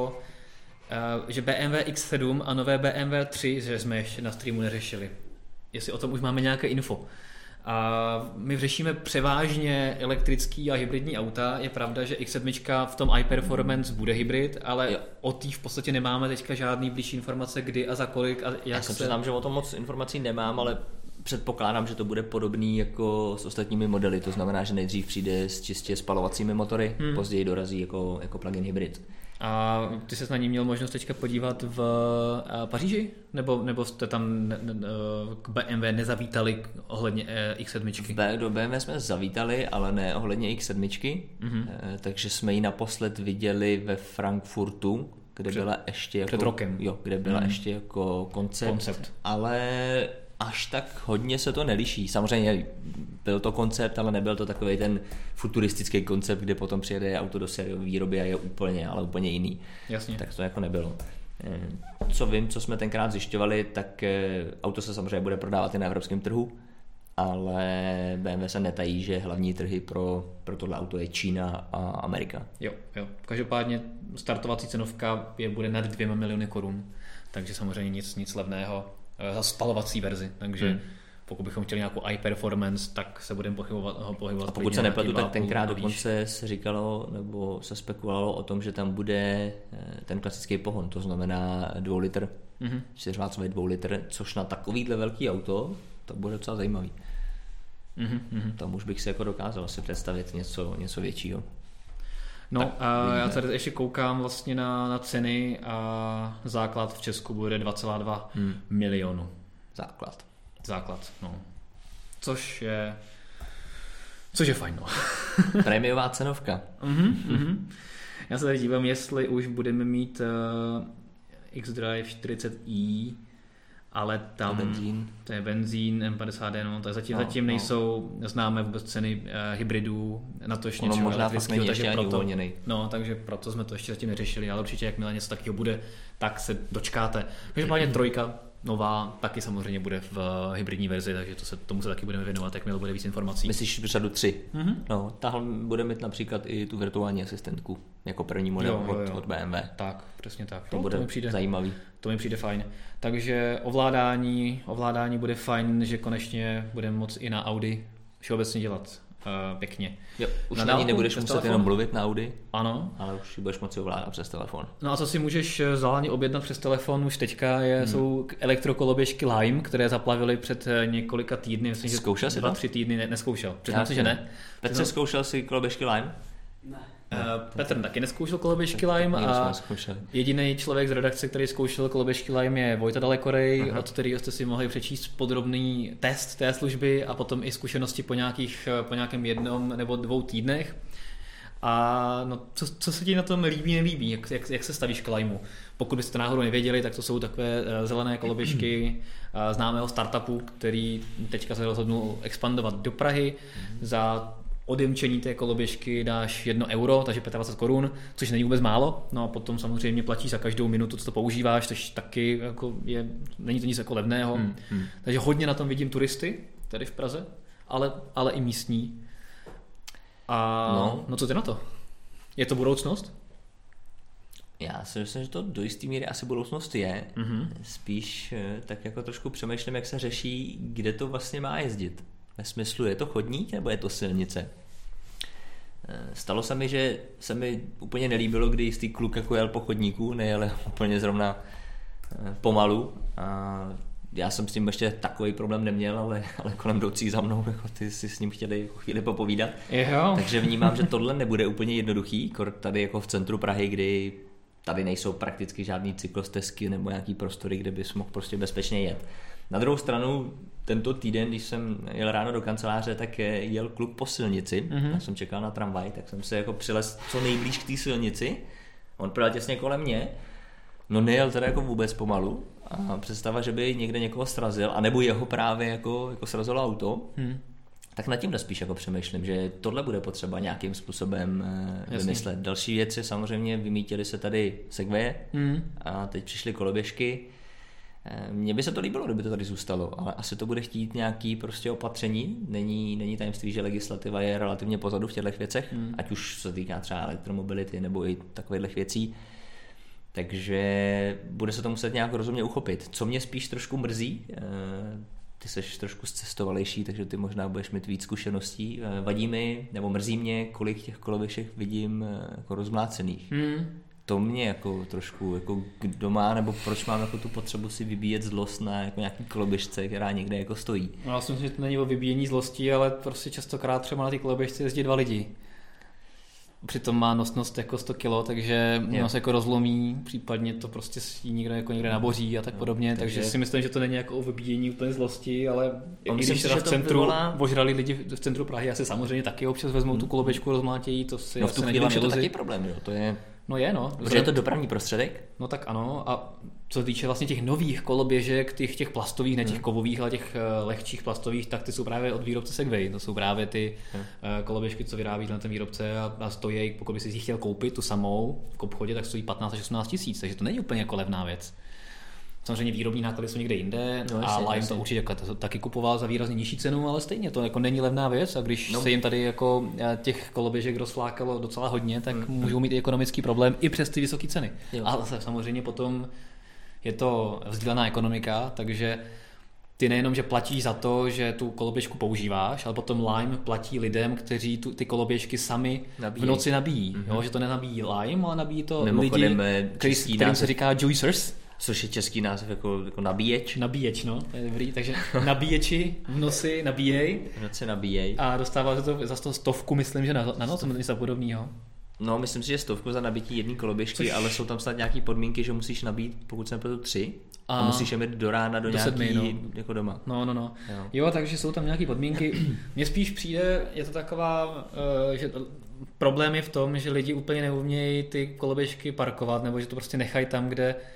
že BMW X7 a nové BMW 3, že jsme ještě na streamu neřešili. Jestli o tom už máme nějaké info. A my řešíme převážně elektrický a hybridní auta. Je pravda, že X7 v tom iPerformance bude hybrid, ale o té v podstatě nemáme teďka žádný blížší informace, kdy a za kolik a jak. Já se přiznám, že o tom moc informací nemám, ale předpokládám, že to bude podobný jako s ostatními modely. To znamená, že nejdřív přijde s čistě spalovacími motory, později dorazí jako plug-in hybrid. A ty jsi na ní měl možnost teďka podívat v Paříži? Nebo jste tam k BMW nezavítali ohledně X7? Do BMW jsme zavítali, ale ne ohledně X7. Takže jsme ji naposled viděli ve Frankfurtu, kde byla ještě jako, před rokem. Jo, kde byla ještě jako koncept. Ale až tak hodně se to neliší. Samozřejmě byl to koncept, ale nebyl to takový ten futuristický koncept, kde potom přijede auto do sériové výroby a je úplně jiný. Jasně. Tak to jako nebylo. Co vím, co jsme tenkrát zjišťovali, tak auto se samozřejmě bude prodávat i na evropském trhu, ale BMW se netají, že hlavní trhy pro tohle auto je Čína a Amerika. Jo. Každopádně startovací cenovka bude nad 2 miliony korun, takže samozřejmě nic levného za spalovací verzi, takže pokud bychom chtěli nějakou iPerformance, tak se budeme pohybovat. A pokud se nepletu, tak tenkrát dokonce se říkalo, nebo se spekulovalo o tom, že tam bude ten klasický pohon, to znamená 2 litr, 4válcový 2 litr, což na takovýhle velký auto, to bude docela zajímavý. Tam už bych si jako dokázal si představit něco většího. No a já tady ještě koukám vlastně na ceny a základ v Česku bude 2,2 milionu. Základ, no. Což je fajn, no. Prémiová cenovka. Já se tady dívám, jestli už budeme mít X-Drive 40i, ale tam to je benzín M50D, no, tak zatím nejsou známé vůbec ceny hybridů, natož něčeho možná fakt není ještě ani uvolněný. No, takže proto jsme to ještě zatím neřešili, ale určitě jakmile něco takového bude, tak se dočkáte. Každopádně trojka nová taky samozřejmě bude v hybridní verzi, takže tomu se taky budeme věnovat, jakmile bude víc informací. Myslíš v řadu 3? No, tahle bude mít například i tu virtuální asistentku jako první model od BMW. Tak, přesně tak. To bude zajímavý. To mi přijde fajn. Takže ovládání bude fajn, že konečně budeme moct i na Audi všeobecně dělat pěkně. Jo, už na ní nebudeš muset jenom mluvit na Audi, ano, ale už ji budeš moci ovládat přes telefon. No a co si můžeš záhadně objednat přes telefon už teďka jsou elektrokoloběžky Lime, které zaplavily před několika týdny. Myslím, že zkoušel jsi 2-3 týdny neskoušel. Přiznám si, že ne. Petře, zkoušel jsi koloběžky Lime? Ne. Petr taky nezkoušel koloběžky Lime a jediný člověk z redakce, který zkoušel koloběžky Lime, je Vojta Dalekorej, od kterého jste si mohli přečíst podrobný test té služby a potom i zkušenosti po nějakém 1 nebo 2 týdnech. A no, co se ti na tom líbí, nelíbí? Jak se stavíš k Limeu? Pokud byste to náhodou nevěděli, tak to jsou takové zelené koloběžky známého startupu, který teďka se rozhodnul expandovat do Prahy. Za odemčení té koloběžky dáš 1 euro, takže 25 korun, což není vůbec málo. No a potom samozřejmě platíš za každou minutu, co to používáš, což taky jako není to nic jako levného. Takže hodně na tom vidím turisty tady v Praze, ale i místní. A no co ty na to? Je to budoucnost? Já si myslím, že to do jisté míry asi budoucnost je. Spíš tak jako trošku přemýšlím, jak se řeší, kde to vlastně má jezdit. Ve smyslu, je to chodník nebo je to silnice? Stalo se mi, že se mi úplně nelíbilo, kdy jistý kluk jako jel po chodníku, nejel úplně zrovna pomalu. A já jsem s tím ještě takový problém neměl, ale kolem jdoucí za mnou, jako ty si s ním chtěli jako chvíli popovídat. Jo. Takže vnímám, že tohle nebude úplně jednoduchý, tady jako v centru Prahy, kdy tady nejsou prakticky žádný cyklostezky nebo nějaký prostory, kde bys mohl prostě bezpečně jet. Na druhou stranu, tento týden, když jsem jel ráno do kanceláře, tak jel kluk po silnici. Já jsem čekal na tramvaj, tak jsem se jako přilez co nejblíž k té silnici. On projel těsně kolem mě. No nejel teda jako vůbec pomalu. A představa, že by někde někoho srazil, anebo jeho právě jako srazilo auto, tak nad tím spíš jako přemýšlím, že tohle bude potřeba nějakým způsobem vymyslet. Další věc je samozřejmě, vymítili se tady segwaye a teď přišly koloběžky. Mně by se to líbilo, kdyby to tady zůstalo, ale asi to bude chtít nějaký prostě opatření. Není tajemství, že legislativa je relativně pozadu v těchto věcech, ať už se týká třeba elektromobility nebo i takových věcí. Takže bude se to muset nějak rozumně uchopit. Co mě spíš trošku mrzí, ty seš trošku zcestovalejší, takže ty možná budeš mít víc zkušeností. Vadí mi, nebo mrzí mě, kolik těch koloběžek vidím jako rozmlácených. To mě jako trošku, jako kdo má, nebo proč mám jako tu potřebu si vybíjet zlost na jako nějaký koloběžce, která někde jako stojí. No, já si myslím, že to není o vybíjení zlosti, ale prostě častokrát třeba na té koloběžce jezdí 2 lidi. Přitom má nosnost jako 100 kg, takže nos jako rozlomí, případně to prostě si někde naboří a tak podobně, takže si myslím, že to není jako o vybíjení úplně zlosti, ale když teda v centru ožrali lidi v centru Prahy, asi samozřejmě taky občas vezmou tu koloběžku, rozmlátějí, to si asi nedělám iluzi. To taky problém, jo, to je... No je, no. Protože je to dopravní prostředek? No tak ano, a co se týče vlastně těch nových koloběžek, těch plastových, ne těch kovových, ale těch lehčích plastových, tak ty jsou právě od výrobce Segway. To jsou právě ty koloběžky, co vyrábí ten výrobce a stojí, pokud by si ji chtěl koupit tu samou v obchodě, tak stojí 15 až 18 tisíc, takže to není úplně jako levná věc. Samozřejmě výrobní náklady jsou někde jinde a Lime to určitě taky kupoval za výrazně nižší cenu, ale stejně to jako není levná věc a když se jim tady jako těch koloběžek rozflákalo docela hodně, tak můžou mít i ekonomický problém i přes ty vysoké ceny. A zase samozřejmě potom je to vzdělaná ekonomika, takže ty nejenom, že platíš za to, že tu koloběžku používáš, ale potom Lime platí lidem, kteří ty koloběžky sami v noci nabíjí. Jo, že to nenabíjí Lime, ale nabíjí to lidi, kterým se říká juicers. Což je český název jako nabíječ. Nabíječ, no, to je dobrý. Takže nabíječi v noci nabíjej. V noci nabíjej. A dostává to za 100, myslím, že na noc, něco podobného. No, myslím si, že 100 za nabití jedné koloběžky, ale jsou tam snad nějaké podmínky, že musíš nabít, pokud jsem nepletu 3, a musíš je mít do rána do nějaký 7, jako doma. No. Jo, takže jsou tam nějaké podmínky. Mně spíš přijde, je to taková, že problém je v tom, že lidi úplně neumějí ty koloběžky parkovat, nebo že to prostě nechají tam,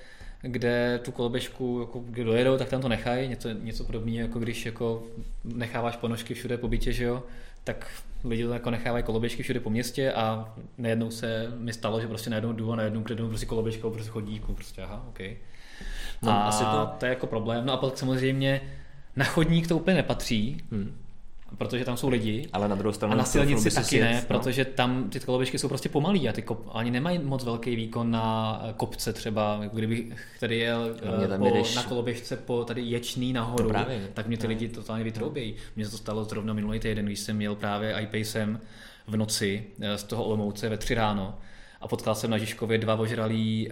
kde tu koloběžku jako dojedou, tak tam to nechají, něco podobného, jako když jako necháváš ponožky všude po bytě, že jo, tak lidi to jako nechávají koloběžky všude po městě a najednou se mi stalo, že prostě najednou jdu a najednou přednou prostě koloběžkou, prostě chodníku, prostě aha, ok. No, a asi to je jako problém, no a pak samozřejmě na chodník to úplně nepatří, protože tam jsou lidi, ale na druhou stranu a na silnici taky ne, protože tam ty koloběžky jsou prostě pomalý a ani nemají moc velký výkon na kopce třeba, jako kdyby tady jel na koloběžce po tady Ječný nahoru, no právě, tak mě ty lidi totálně vytroubějí. Mně se to stalo zrovna minulý týden, když jsem jel právě iPacem v noci z toho Olomouce ve 3 ráno a potkal jsem na Žižkově 2 ožralí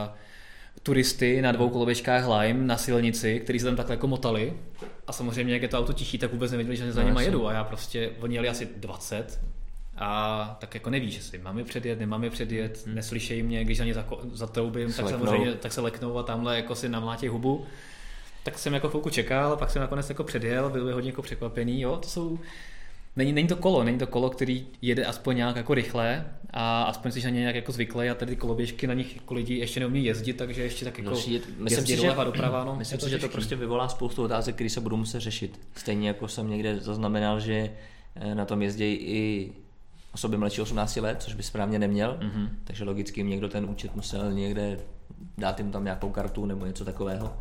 turisty na 2 koloběžkách Lime na silnici, kteří se tam takhle jako motali a samozřejmě, jak je to auto tichý, tak vůbec nevěděli, že za nimi jedu a já prostě, oni jeli asi 20 a tak jako nevíš, jestli mám je předjet, nemám je předjet, neslyšejí mě, když na ně zatroubím, tak samozřejmě tak se leknou a tamhle jako si namlátí hubu. Tak jsem jako chvilku čekal, pak jsem nakonec jako předjel, byl hodně jako překvapený, jo, to jsou... Není to kolo, který jede aspoň nějak jako rychle a aspoň jsi na ně nějak jako zvyklý a tady ty koloběžky na nich jako lidi ještě neumí jezdit, takže ještě tak jako jezdí doleva doprava. No, myslím si, že to prostě vyvolá spoustu otázek, které se budou muset řešit. Stejně jako jsem někde zaznamenal, že na tom jezdí i osoby mladší 18 let, což by správně neměl, takže logicky jim někdo ten účet musel někde dát jim tam nějakou kartu nebo něco takového.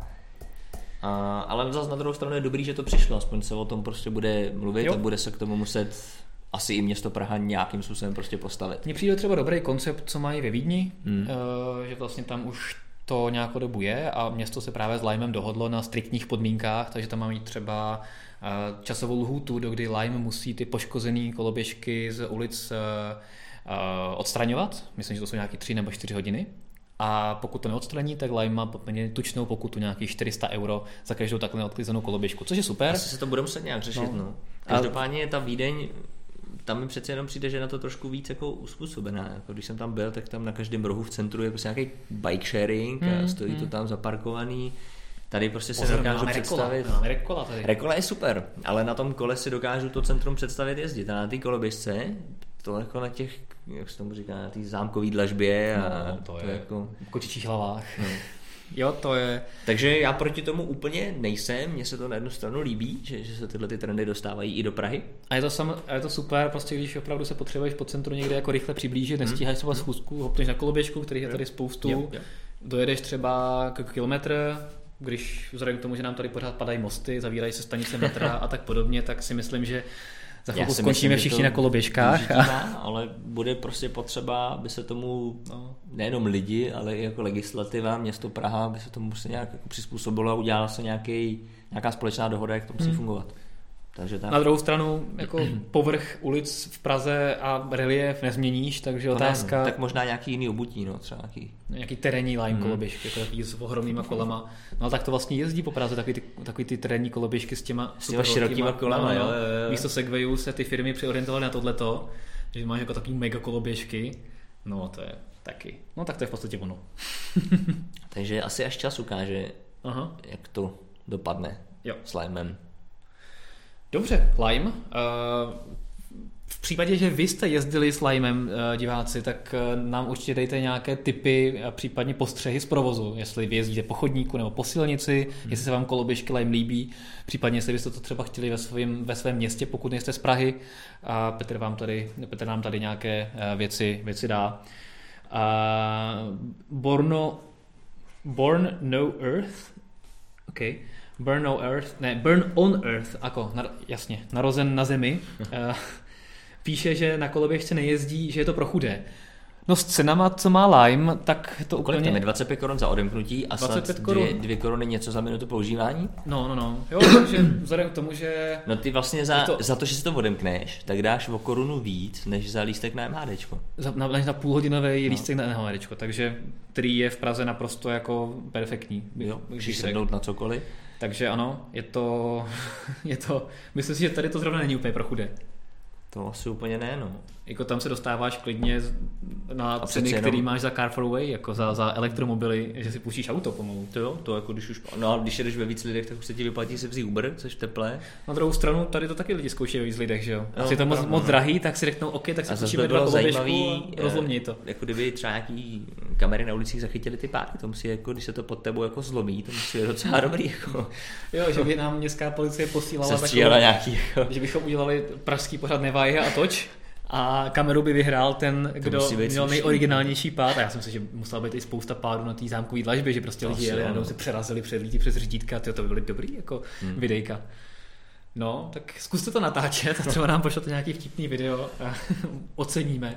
Ale zase na druhou stranu je dobrý, že to přišlo, aspoň se o tom prostě bude mluvit a bude se k tomu muset asi i město Praha nějakým způsobem prostě postavit. Mně přijde třeba dobrý koncept, co mají ve Vídni, že vlastně tam už to nějakou dobu je a město se právě s Limem dohodlo na striktních podmínkách, takže tam má mít třeba časovou lhůtu, do kdy Lime musí ty poškozené koloběžky z ulic odstraňovat. Myslím, že to jsou nějaké 3 nebo 4 hodiny. A pokud to neodstraní, tak Lime má poměrně tučnou pokutu nějakých 400 € za každou takhle neodklizenou koloběžku, což je super. Asi se to bude muset nějak řešit, no. Každopádně ta Vídeň, tam mi přece jenom přijde, že je na to trošku víc jako uspůsobená. Jako když jsem tam byl, tak tam na každém rohu v centru je prostě nějaký bike sharing a stojí to tam zaparkovaný. Tady prostě se dokážu představit. Rekola je super, ale na tom kole si dokážu to centrum představit jezdit. A na té koloběžce, to jako na těch, jak se tomu říká, na té zámkové dlažbě a to je jako v kočičích hlavách. No. Jo, to je. Takže já proti tomu úplně nejsem, mně se to na jednu stranu líbí, že se tyhle ty trendy dostávají i do Prahy. A je to super, prostě když opravdu se potřebuješ po centru někde jako rychle přiblížit, nestíháš třeba schůzku, hopneš na koloběžku, kterých je tady spoustu, dojedeš třeba kilometr, když vzhledem k tomu, že nám tady pořád padají mosty, zavírají se stanice metra a tak podobně, tak si myslím, že za chvilku skončíme všichni na koloběžkách. Ale bude prostě potřeba, aby se tomu nejenom lidi, ale i jako legislativa, město Praha, aby se tomu se nějak jako přizpůsobilo a udělala se nějaká společná dohoda, jak to musí fungovat. Takže tak. Na druhou stranu jako povrch ulic v Praze a relief nezměníš, takže otázka... Ne, tak možná nějaký jiný obutí, no, třeba nějaký terénní Lime koloběžky, jako takový s ohromnýma kolama. No tak to vlastně jezdí po Praze, takový ty terénní koloběžky s těma širokýma kolama, jo. Místo Segwayů se ty firmy přiorientovaly na tohleto, že máš jako takový mega koloběžky. No to je taky. No tak to je v podstatě ono. Takže asi až čas ukáže, jak to dopadne s Limem. Dobře, Lime. V případě, že vy jste jezdili s Limem, diváci, tak nám určitě dejte nějaké tipy a případně postřehy z provozu, jestli vy jezdíte po chodníku nebo po silnici, jestli se vám koloběžky Lime líbí, případně jestli byste to třeba chtěli ve svém městě, pokud nejste z Prahy. A Petr nám tady nějaké věci dá. Born No Earth. Okay. Burn on Earth, jako, jasně, narozen na zemi, píše, že na koloběžce nejezdí, že je to pro chudé. No s cenama, co má Lime, tak to úplně... Kolik tam je 25 korun za odemknutí a snad 2 koruny něco za minutu používání? No. Jo, takže vzhledem k tomu, že... No ty vlastně za to, že si to odemkneš, tak dáš o korunu víc, než za lístek na MHDčko. Na půlhodinový lístek na MHDčko, takže který je v Praze naprosto jako perfektní. Jo, můžeš sednout na cokoliv. Takže ano, je to, myslím si, že tady to zrovna není úplně pro chudé. To asi úplně ne, no. Jako tam se dostáváš klidně na ceny, který máš za Car for Away, jako za elektromobily, že si půjčíš auto pomalu. To jako když jedeš ve víc lidech, tak už se ti vyplatí si vzít Uber, což teplé. Na druhou stranu, tady to taky lidi zkoušejí ve víc lidech, že jo. Asi to moc drahý, tak si řeknou, OK, tak si půjčíme 2 koloběžku a rozlomněj to. Jako kdyby třeba nějaký kamery na ulicích zachytili ty páky, to musí jako, když se to pod tebou jako zlomí, to musí být docela dobrý. Jako. Jo, že by nám městská policie posílala nějaký, jako. Že bychom udělali pražský pořad Nevaj a toč. A kameru by vyhrál ten, kdo měl nejoriginálnější pád. A já si myslím, že musela být i spousta pádů na té zámkové dlažbě, že prostě lidi jeli a se přerazili před lidi přes řídítka. To by byly dobrý jako videjka. No, tak zkuste to natáčet a třeba nám pošlete nějaký vtipný video a oceníme.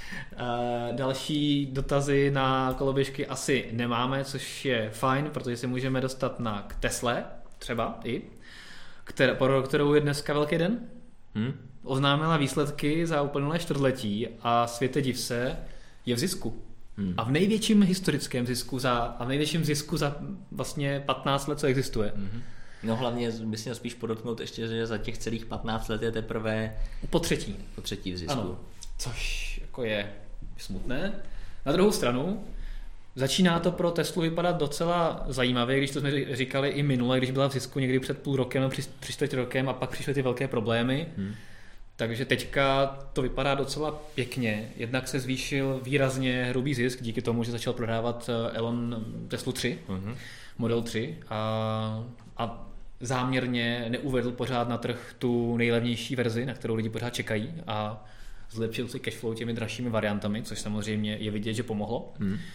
Další dotazy na koloběžky asi nemáme, což je fajn, protože si můžeme dostat k Tesle třeba i, pro kterou je dneska velký den. Oznámila výsledky za uplynulé čtvrtletí a světe div se, je v zisku. A v největším historickém zisku a v největším zisku za vlastně 15 let, co existuje. No hlavně bys měl spíš podotknout ještě, že za těch celých 15 let je teprve po třetí v zisku. Ano. což jako je smutné. Na druhou stranu začíná to pro Teslu vypadat docela zajímavě, když to jsme říkali i minule, když byla v zisku někdy před půl rokem nebo při čtvrt rokem a pak přišly ty velké problémy. Takže teďka to vypadá docela pěkně. Jednak se zvýšil výrazně hrubý zisk díky tomu, že začal prodávat Elon Teslu 3, Model 3 a záměrně neuvedl pořád na trh tu nejlevnější verzi, na kterou lidi pořád čekají a zlepšil si cashflow těmi dražšími variantami, což samozřejmě je vidět, že pomohlo.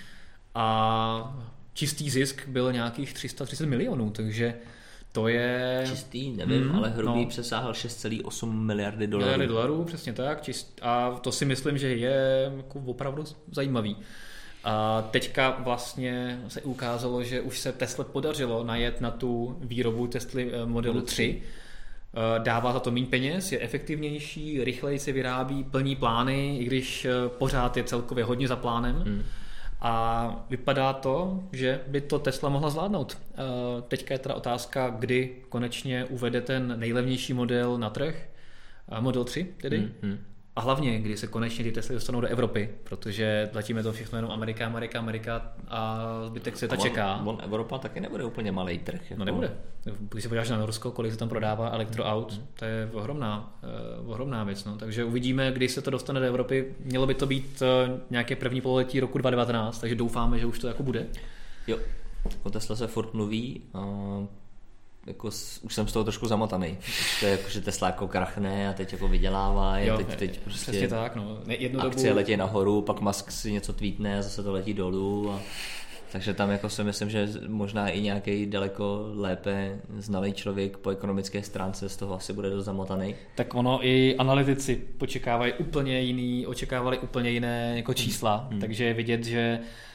A čistý zisk byl nějakých 330 milionů, takže to je... Čistý, nevím, ale hrubý přesáhl 6,8 miliardy dolarů. Miliardy dolarů, přesně tak. A to si myslím, že je jako opravdu zajímavý. A teďka vlastně se ukázalo, že už se Tesla podařilo najet na tu výrobu Tesly Modelu 3. Dává za to méně peněz, je efektivnější, rychleji se vyrábí, plní plány, i když pořád je celkově hodně za plánem. A vypadá to, že by to Tesla mohla zvládnout. Teďka je teda otázka, kdy konečně uvede ten nejlevnější model na trh, Model 3 tedy. A hlavně, kdy se konečně ty Tesly dostanou do Evropy, protože zatím je to všechno jenom Amerika a zbytek světa čeká. Evropa taky nebude úplně malý trh. Jako... No nebude. Když se podíváš na Norsko, kolik se tam prodává elektroaut, to je ohromná věc. No. Takže uvidíme, kdy se to dostane do Evropy. Mělo by to být nějaké první pololetí roku 2019, takže doufáme, že už to jako bude. Jo, o Tesla se furt mluví. Jako už jsem z toho trošku zamotaný. To je jako, že Tesla jako krachne a teď jako vydělává. Teď prostě tak, no. Akcie letí nahoru, pak Musk si něco tweetne a zase to letí dolů. Takže tam jako si myslím, že možná i nějaký daleko lépe znalý člověk po ekonomické stránce z toho asi bude dost zamotaný. Tak ono i analytici očekávali úplně jiné jako čísla, takže je vidět, že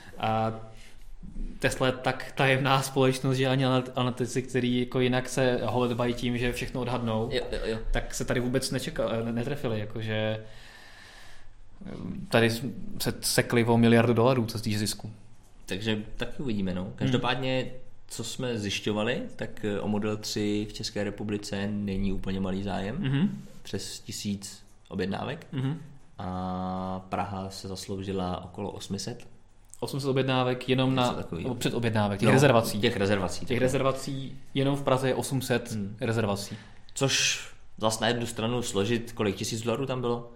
Tesla je tak tajemná společnost, že ani analytici, kteří jako jinak se holedbají tím, že všechno odhadnou, tak se tady vůbec netrefili, jakože tady se sekli o $1 miliardu, co se týče zisku. Takže taky uvidíme. No. Každopádně, co jsme zjišťovali, tak o Model 3 v České republice není úplně malý zájem. Přes 1000 objednávek. A Praha se zasloužila okolo 800. 800 objednávek jenom na předobjednávek, rezervací. Těch rezervací jenom v Praze je 800 rezervací. Což zase na jednu stranu složit, kolik $1000 tam bylo?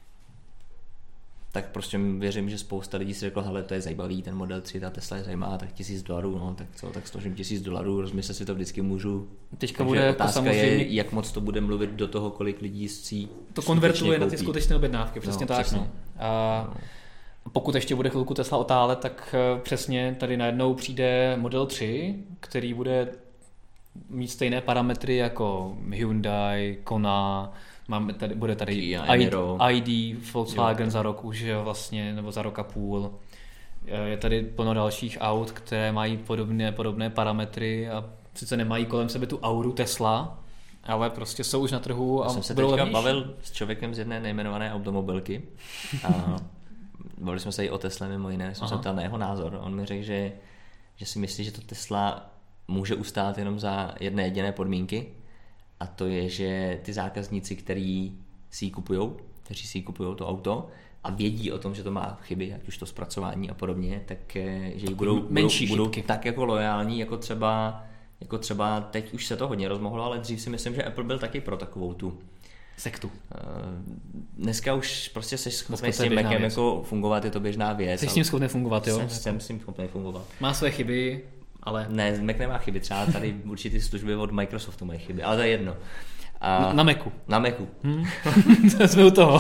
Tak prostě věřím, že spousta lidí si řeklo, hele, to je zajímavý, ten Model 3, ta Tesla je zajímavá, tak $1000, no, tak co, tak složím $1000, rozmyslet si to vždycky můžu. Teďka bude otázka samozřejmě... je, jak moc to bude mluvit do toho, kolik lidí si to konvertuje na ty skutečné objednávky, přesně tak. Přesně. No. A pokud ještě bude chvilku Tesla otálet, tak přesně tady najednou přijde Model 3, který bude mít stejné parametry jako Hyundai, Kona, bude tady ID Volkswagen za rok už vlastně, nebo za rok a půl. Je tady plno dalších aut, které mají podobné parametry a sice nemají kolem sebe tu auru Tesla, ale prostě jsou už na trhu a jsem se teďka bavil s člověkem z jedné nejmenované automobilky a bavili jsme se i o Tesle mimo jiné, jsem se ptal na jeho názor. On mi řekl, že si myslí, že to Tesla může ustát jenom za jedné jediné podmínky, a to je, že ty zákazníci, kteří si ji kupujou to auto a vědí o tom, že to má chyby, ať už to zpracování a podobně, tak že budou tak jako lojální, jako třeba teď už se to hodně rozmohlo, ale dřív si myslím, že Apple byl taky pro takovou tu sektu. Dneska už prostě seš schopný s tím Macem jako fungovat, je to běžná věc. Jsi s tím schopný fungovat, jo? Jsem s tím schopný fungovat. Má své chyby, ale... Ne, Mac nemá chyby, třeba tady určitý služby od Microsoftu mají chyby, ale to je jedno. Na Macu. Na Macu. Jsme u toho.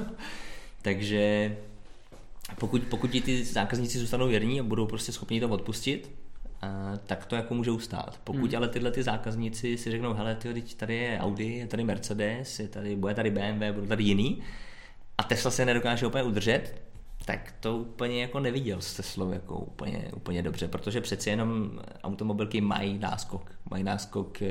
Takže pokud ti ty zákazníci zůstanou věrní a budou prostě schopni to odpustit, tak to jako může ustát. Pokud ale tyhle ty zákazníci si řeknou, hele, teď tady je Audi, je tady Mercedes, bude tady BMW, budou tady jiný a Tesla se nedokáže úplně udržet, tak to úplně jako neviděl s Teslou jako úplně dobře, protože přeci jenom automobilky mají náskok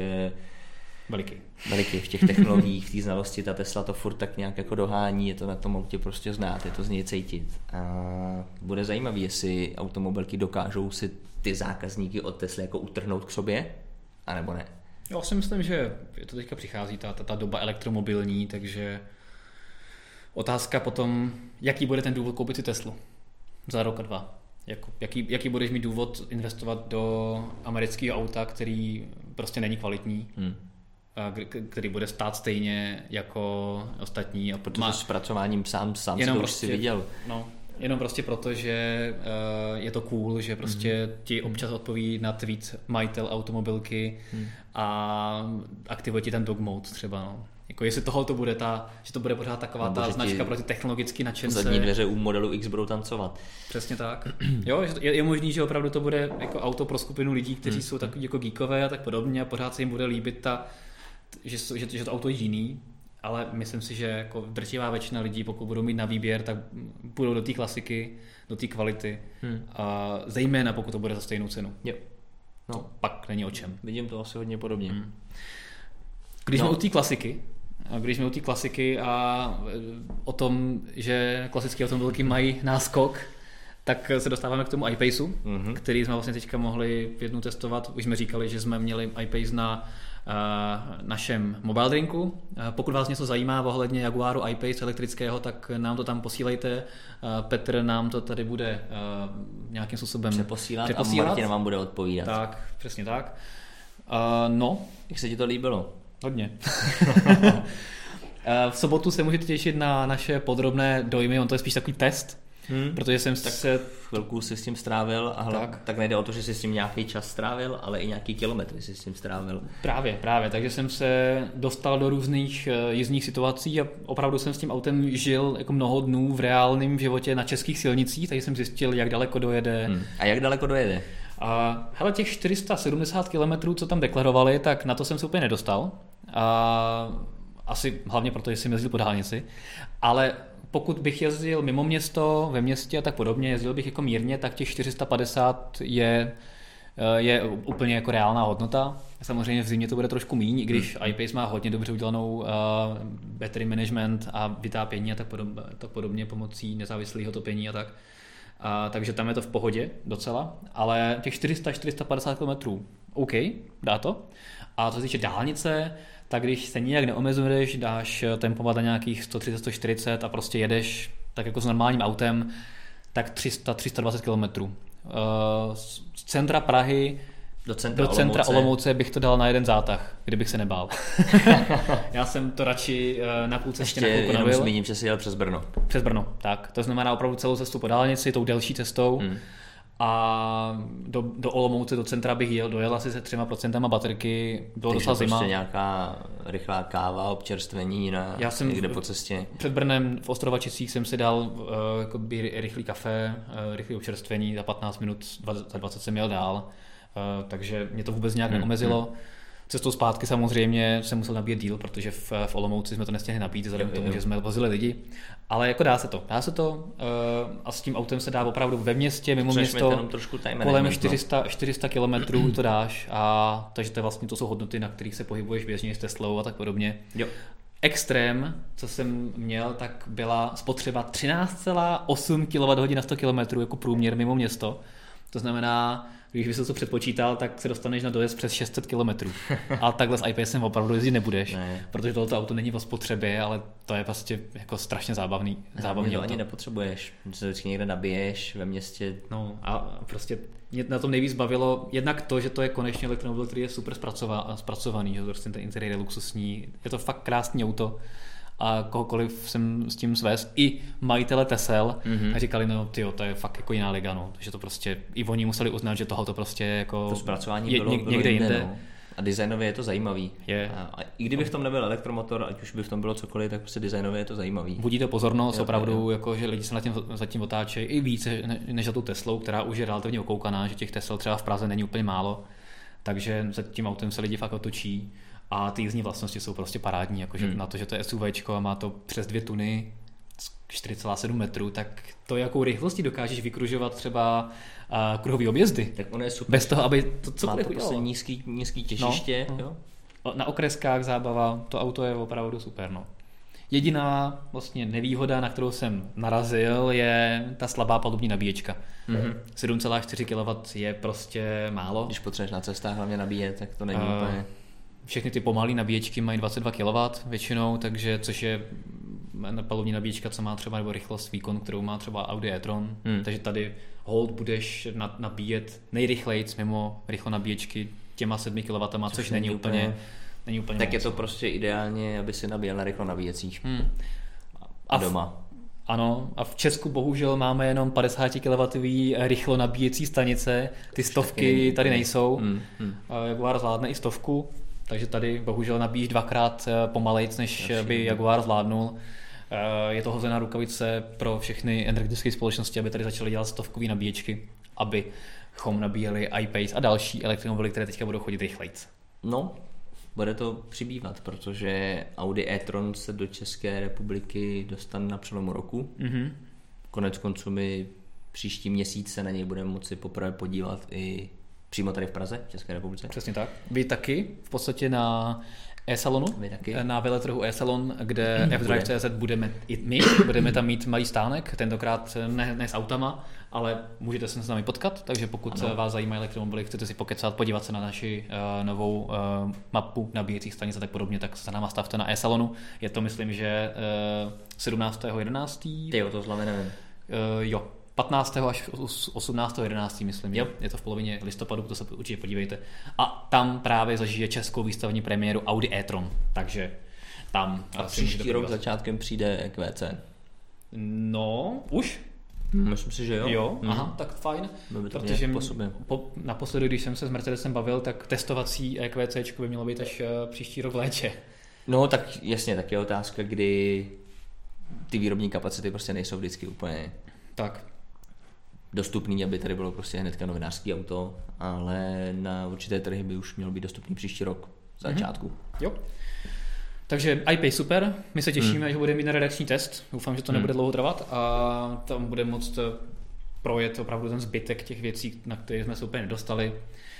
veliký v těch technologiích, v té znalosti. Ta Tesla to furt tak nějak jako dohání, je to na tom autě prostě znát, je to z něj cítit. A bude zajímavý, jestli automobilky dokážou si ty zákazníky od Tesly jako utrhnout k sobě, anebo ne. Já si myslím, že to teďka přichází ta doba elektromobilní, takže Otázka potom, jaký bude ten důvod koupit si Teslu za rok a 2. Jaký budeš mít důvod investovat do amerického auta, který prostě není kvalitní, který bude stát stejně jako ostatní. A protože s zpracováním sám si to už si viděl. No, jenom prostě proto, že je to cool, že prostě ti občas odpoví na tweet majitel automobilky a aktivuje ti ten dog mode třeba. No. Jako jestli tohle to bude že to bude pořád taková ta značka pro ty technologicky nadšence. Zadní dveře u modelu X budou tancovat. Přesně tak. Jo, je možný, že opravdu to bude jako auto pro skupinu lidí, kteří jsou takový jako geekové a tak podobně a pořád se jim bude líbit že to auto je jiný, ale myslím si, že jako drtivá většina lidí, pokud budou mít na výběr, tak půjdou do té klasiky, do té kvality a zejména pokud to bude za stejnou cenu. Jo. No. To pak není o čem. Vidím to asi hodně podobně. Když jsme u té klasiky a o tom, že klasické automobilky mají náskok, tak se dostáváme k tomu iPaceu, který jsme vlastně teďka mohli v jednu testovat. Už jsme říkali, že jsme měli iPace na našem mobile drinku. Pokud vás něco zajímá ohledně Jaguaru iPace elektrického, tak nám to tam posílejte. Petr nám to tady bude nějakým způsobem přeposílat. A Martin vám bude odpovídat. Tak, přesně tak. Jak se ti to líbilo? Hodně. V sobotu se můžete těšit na naše podrobné dojmy, on to je spíš takový test, protože jsem chvilku si s tím strávil a tak nejde o to, že si s tím nějaký čas strávil, ale i nějaký kilometry si s tím strávil. Právě, takže jsem se dostal do různých jízdních situací a opravdu jsem s tím autem žil jako mnoho dnů v reálném životě na českých silnicích, takže jsem zjistil, jak daleko dojede. A jak daleko dojede? Hele, těch 470 km, co tam deklarovali, tak na to jsem se úplně nedostal. Asi hlavně proto, že jsem jezdil po dálnici. Ale pokud bych jezdil mimo město, ve městě a tak podobně, jezdil bych jako mírně, tak těch 450 je úplně jako reálná hodnota. Samozřejmě v zimě to bude trošku míň, i když iPace má hodně dobře udělanou battery management a vytápění a tak podobně pomocí nezávislého topení a tak. Takže tam je to v pohodě docela, ale těch 400-450 km OK, dá to. A co se týče dálnice, tak když se nijak neomezuješ, dáš tempovat na nějakých 130-140 a prostě jedeš tak jako s normálním autem, tak 300-320 km. Z centra Prahy do centra Olomouce bych to dal na jeden zátah, kdybych se nebál. Já jsem to radši na půl cestě na chvilku nabil. Ještě zmíním, že jsi jel přes Brno. Přes Brno, tak. To znamená opravdu celou cestu po dálnici, tou delší cestou. A do Olomouce, do centra bych dojel asi se 3% baterky, bylo docela zima. Takže nějaká rychlá káva, občerstvení někde po cestě. Před Brnem v Ostrovačicích jsem si dal rychlý kafe, rychlé občerstvení, za 15 minut, za 20 jsem jel dál. Takže mě to vůbec nějak neomezilo. Cestou zpátky samozřejmě jsem musel nabíjet díl, protože v Olomouci jsme to nestihli nabít, vzhledem k tomu, že jsme vozili lidi. Ale jako dá se to a s tím autem se dá opravdu ve městě, mimo město, kolem 400 kilometrů to dáš, a takže to jsou hodnoty, na kterých se pohybuješ běžně s Teslou a tak podobně. Jo. Extrém, co jsem měl, tak byla spotřeba 13,8 kWh na 100 km jako průměr mimo město. To znamená, když bys to přepočítal, tak se dostaneš na dojezd přes 600 km. A takhle s iPacem opravdu jezdit nebudeš, protože tohoto auto není o spotřebě, ale to je prostě jako strašně zábavný auto. Ani nepotřebuješ, se vždycky někde nabiješ ve městě. No a prostě mě na tom nejvíc bavilo jednak to, že to je konečně elektromobil, který je super zpracovaný, že prostě ten interiér je luxusní, je to fakt krásný auto. A kohokoliv jsem s tím svést, i majitele Tesel, a říkali, no tyjo, to je fakt jako jiná liga, no. Takže to prostě, i oni museli uznat, že tohoto prostě jako to zpracování bylo někde jinde. No. A designově je to zajímavý. Je. A i kdyby v tom nebyl elektromotor, ať už by v tom bylo cokoliv, tak prostě designově je to zajímavý. Budí to pozornost, opravdu, jako, že lidi se nad tím otáčejí i více než za tu Teslou, která už je relativně okoukaná, že těch Tesel třeba v Praze není úplně málo, takže za tím autem se lidi fakt otočí. A ty jízdní vlastnosti jsou prostě parádní, jakože na to, že to je SUVčko a má to přes 2 tuny, 4,7 metrů, tak to, jakou rychlostí dokážeš vykružovat třeba kruhový objezdy. Tak ono je super. Bez toho, aby to cokoliv udělalo. Má to prostě nízký těžiště. No. Jo? Na okreskách zábava, to auto je opravdu super. No. Jediná vlastně nevýhoda, na kterou jsem narazil, je ta slabá palubní nabíječka. 7,4 kW je prostě málo. Když potřebuješ na cestách hlavně nabíjet, tak to není úplně... Všechny ty pomalé nabíječky mají 22 kW většinou, takže což je palubní nabíječka, co má třeba, nebo rychlost, výkon, kterou má třeba Audi e-tron, takže tady hold budeš nabíjet nejrychlejc mimo rychlo nabíječky těma 7 kW, což není úplně tak moc. Je to prostě ideálně, aby si nabíjel na rychlo nabíjecích. A doma. Ano, a v Česku bohužel máme jenom 50 kW rychlo nabíjecí stanice, ty stovky tady nejsou. Jaguar zvládne i 100, takže tady bohužel nabíjíš 2x pomalejc, než by Jaguar zvládnul. Je to hozená rukavice pro všechny energetické společnosti, aby tady začaly dělat 100kový nabíječky, abychom nabíjeli iPace a další elektromobily, které teďka budou chodit rychlejc. No, bude to přibývat, protože Audi e-tron se do České republiky dostane na přelomu roku. Konec konců my příští měsíc se na něj budeme moci poprvé podívat i přímo tady v Praze, v České republice. Přesně tak. Vy taky v podstatě na e-salonu, na veletrhu e-salon, kde fdrive.cz budeme tam mít malý stánek, tentokrát ne s autama, ale můžete se s námi potkat, takže pokud vás zajímají elektromobily, chcete si pokecat, podívat se na naši novou mapu nabíjecích stanic a tak podobně, tak se náma stavte na e-salonu. Je to, myslím, že 17.11. Jo, to zlamy nevím. Jo. 15. až 18.11. myslím, jo. Je to v polovině listopadu, to se určitě podívejte. A tam právě zažije českou výstavní premiéru Audi e-tron, takže tam... A příští rok začátkem přijde EQC. No, už? Myslím si, že jo. Jo, aha, tak fajn. Protože naposledy, když jsem se s Mercedesem bavil, tak testovací EQCčko by mělo být až příští rok v létě. No tak jasně, tak je otázka, kdy ty výrobní kapacity prostě nejsou vždycky úplně... Tak. Dostupný, aby tady bylo prostě hnedka novinářský auto, ale na určité trhy by už mělo být dostupný příští rok v začátku. Jo. Takže iPay super, my se těšíme, že budeme mít na redakční test, doufám, že to nebude dlouho trvat a tam bude moct projet opravdu ten zbytek těch věcí, na které jsme se úplně nedostali.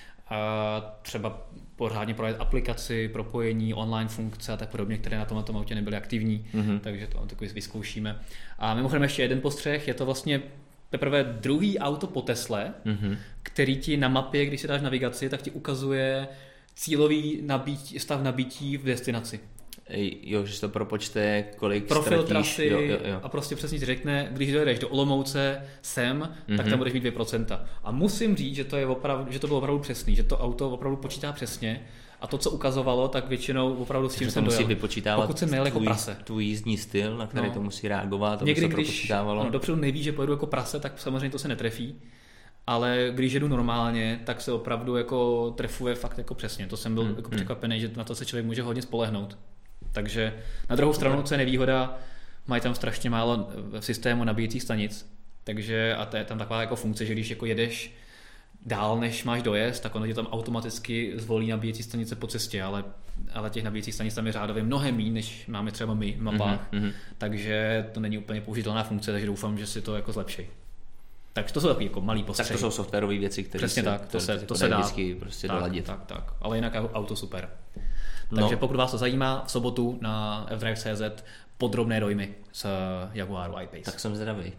A třeba pořádně projet aplikaci, propojení, online funkce a tak podobně, které na tom autě nebyly aktivní, takže to takový vyzkoušíme. A mimochodem ještě jeden postřeh, je to vlastně teprve druhý auto po Tesle, který ti na mapě, když si dáš navigaci, tak ti ukazuje cílový stav nabití v destinaci. Jo, že to propočte, kolik profil ztratíš. Trasy jo. A prostě přesně ti řekne, když dojedeš do Olomouce sem, tak tam budeš mít 2%. A musím říct, že to bylo opravdu přesný, že to auto opravdu počítá přesně a to, co ukazovalo, tak většinou opravdu s tím jsem dojel. Pokud jsem nejel jako prase. Tvůj jízdní styl, na který to musí reagovat, někdy, se když dopředu neví, že pojedu jako prase, tak samozřejmě to se netrefí. Ale když jedu normálně, tak se opravdu jako trefuje fakt jako přesně. To jsem byl jako překvapený, že na to se člověk může hodně spolehnout. Takže na druhou stranu, co je nevýhoda, mají tam strašně málo v systému nabíjecích stanic, takže a to je tam taková jako funkce, že když jako jedeš dál, než máš dojezd, tak ono ti tam automaticky zvolí nabíjecí stanice po cestě, ale těch nabíjecích stanic tam je řádově mnohem méně, než máme třeba my v mapách, takže to není úplně použitelná funkce, takže doufám, že si to jako zlepší. Takže to jsou takový jako malý postřehy. Tak to jsou softwarové věci, které přesně tak, to se dá vždycky prostě doladit. Tak. Ale jinak auto super. Takže pokud vás to zajímá, v sobotu na fdrive.cz podrobné dojmy z Jaguaru I-Pace. Tak jsem zvědavý.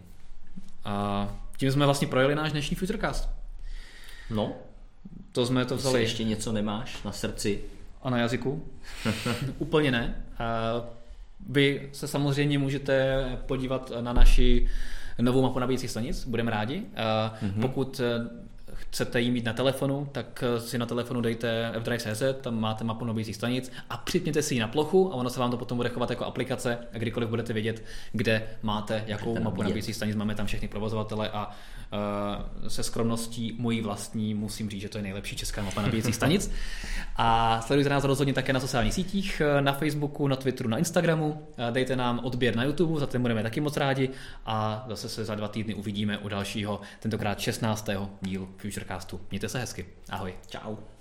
A tím jsme vlastně projeli náš dnešní Futurecast. No. To jsme to vzali. Ještě něco nemáš na srdci? A na jazyku? Úplně ne. Vy se samozřejmě můžete podívat na naši novou mapu nabíjecích stanic, budeme rádi. Pokud chcete ji mít na telefonu, tak si na telefonu dejte fdrive.cz, tam máte mapu nabíjecích stanic a připněte si ji na plochu a ono se vám to potom bude chovat jako aplikace a kdykoliv budete vědět, kde máte jakou mapu nabíjecích stanic, máme tam všechny provozovatele a se skromností mojí vlastní musím říct, že to je nejlepší česká mapa nabíjecích stanic. A sledujte nás rozhodně také na sociálních sítích, na Facebooku, na Twitteru, na Instagramu, dejte nám odběr na YouTube, za ten budeme taky moc rádi a zase se za 2 týdny uvidíme u dalšího, tentokrát 16. dílu Futurecastu. Mějte se hezky. Ahoj. Čau.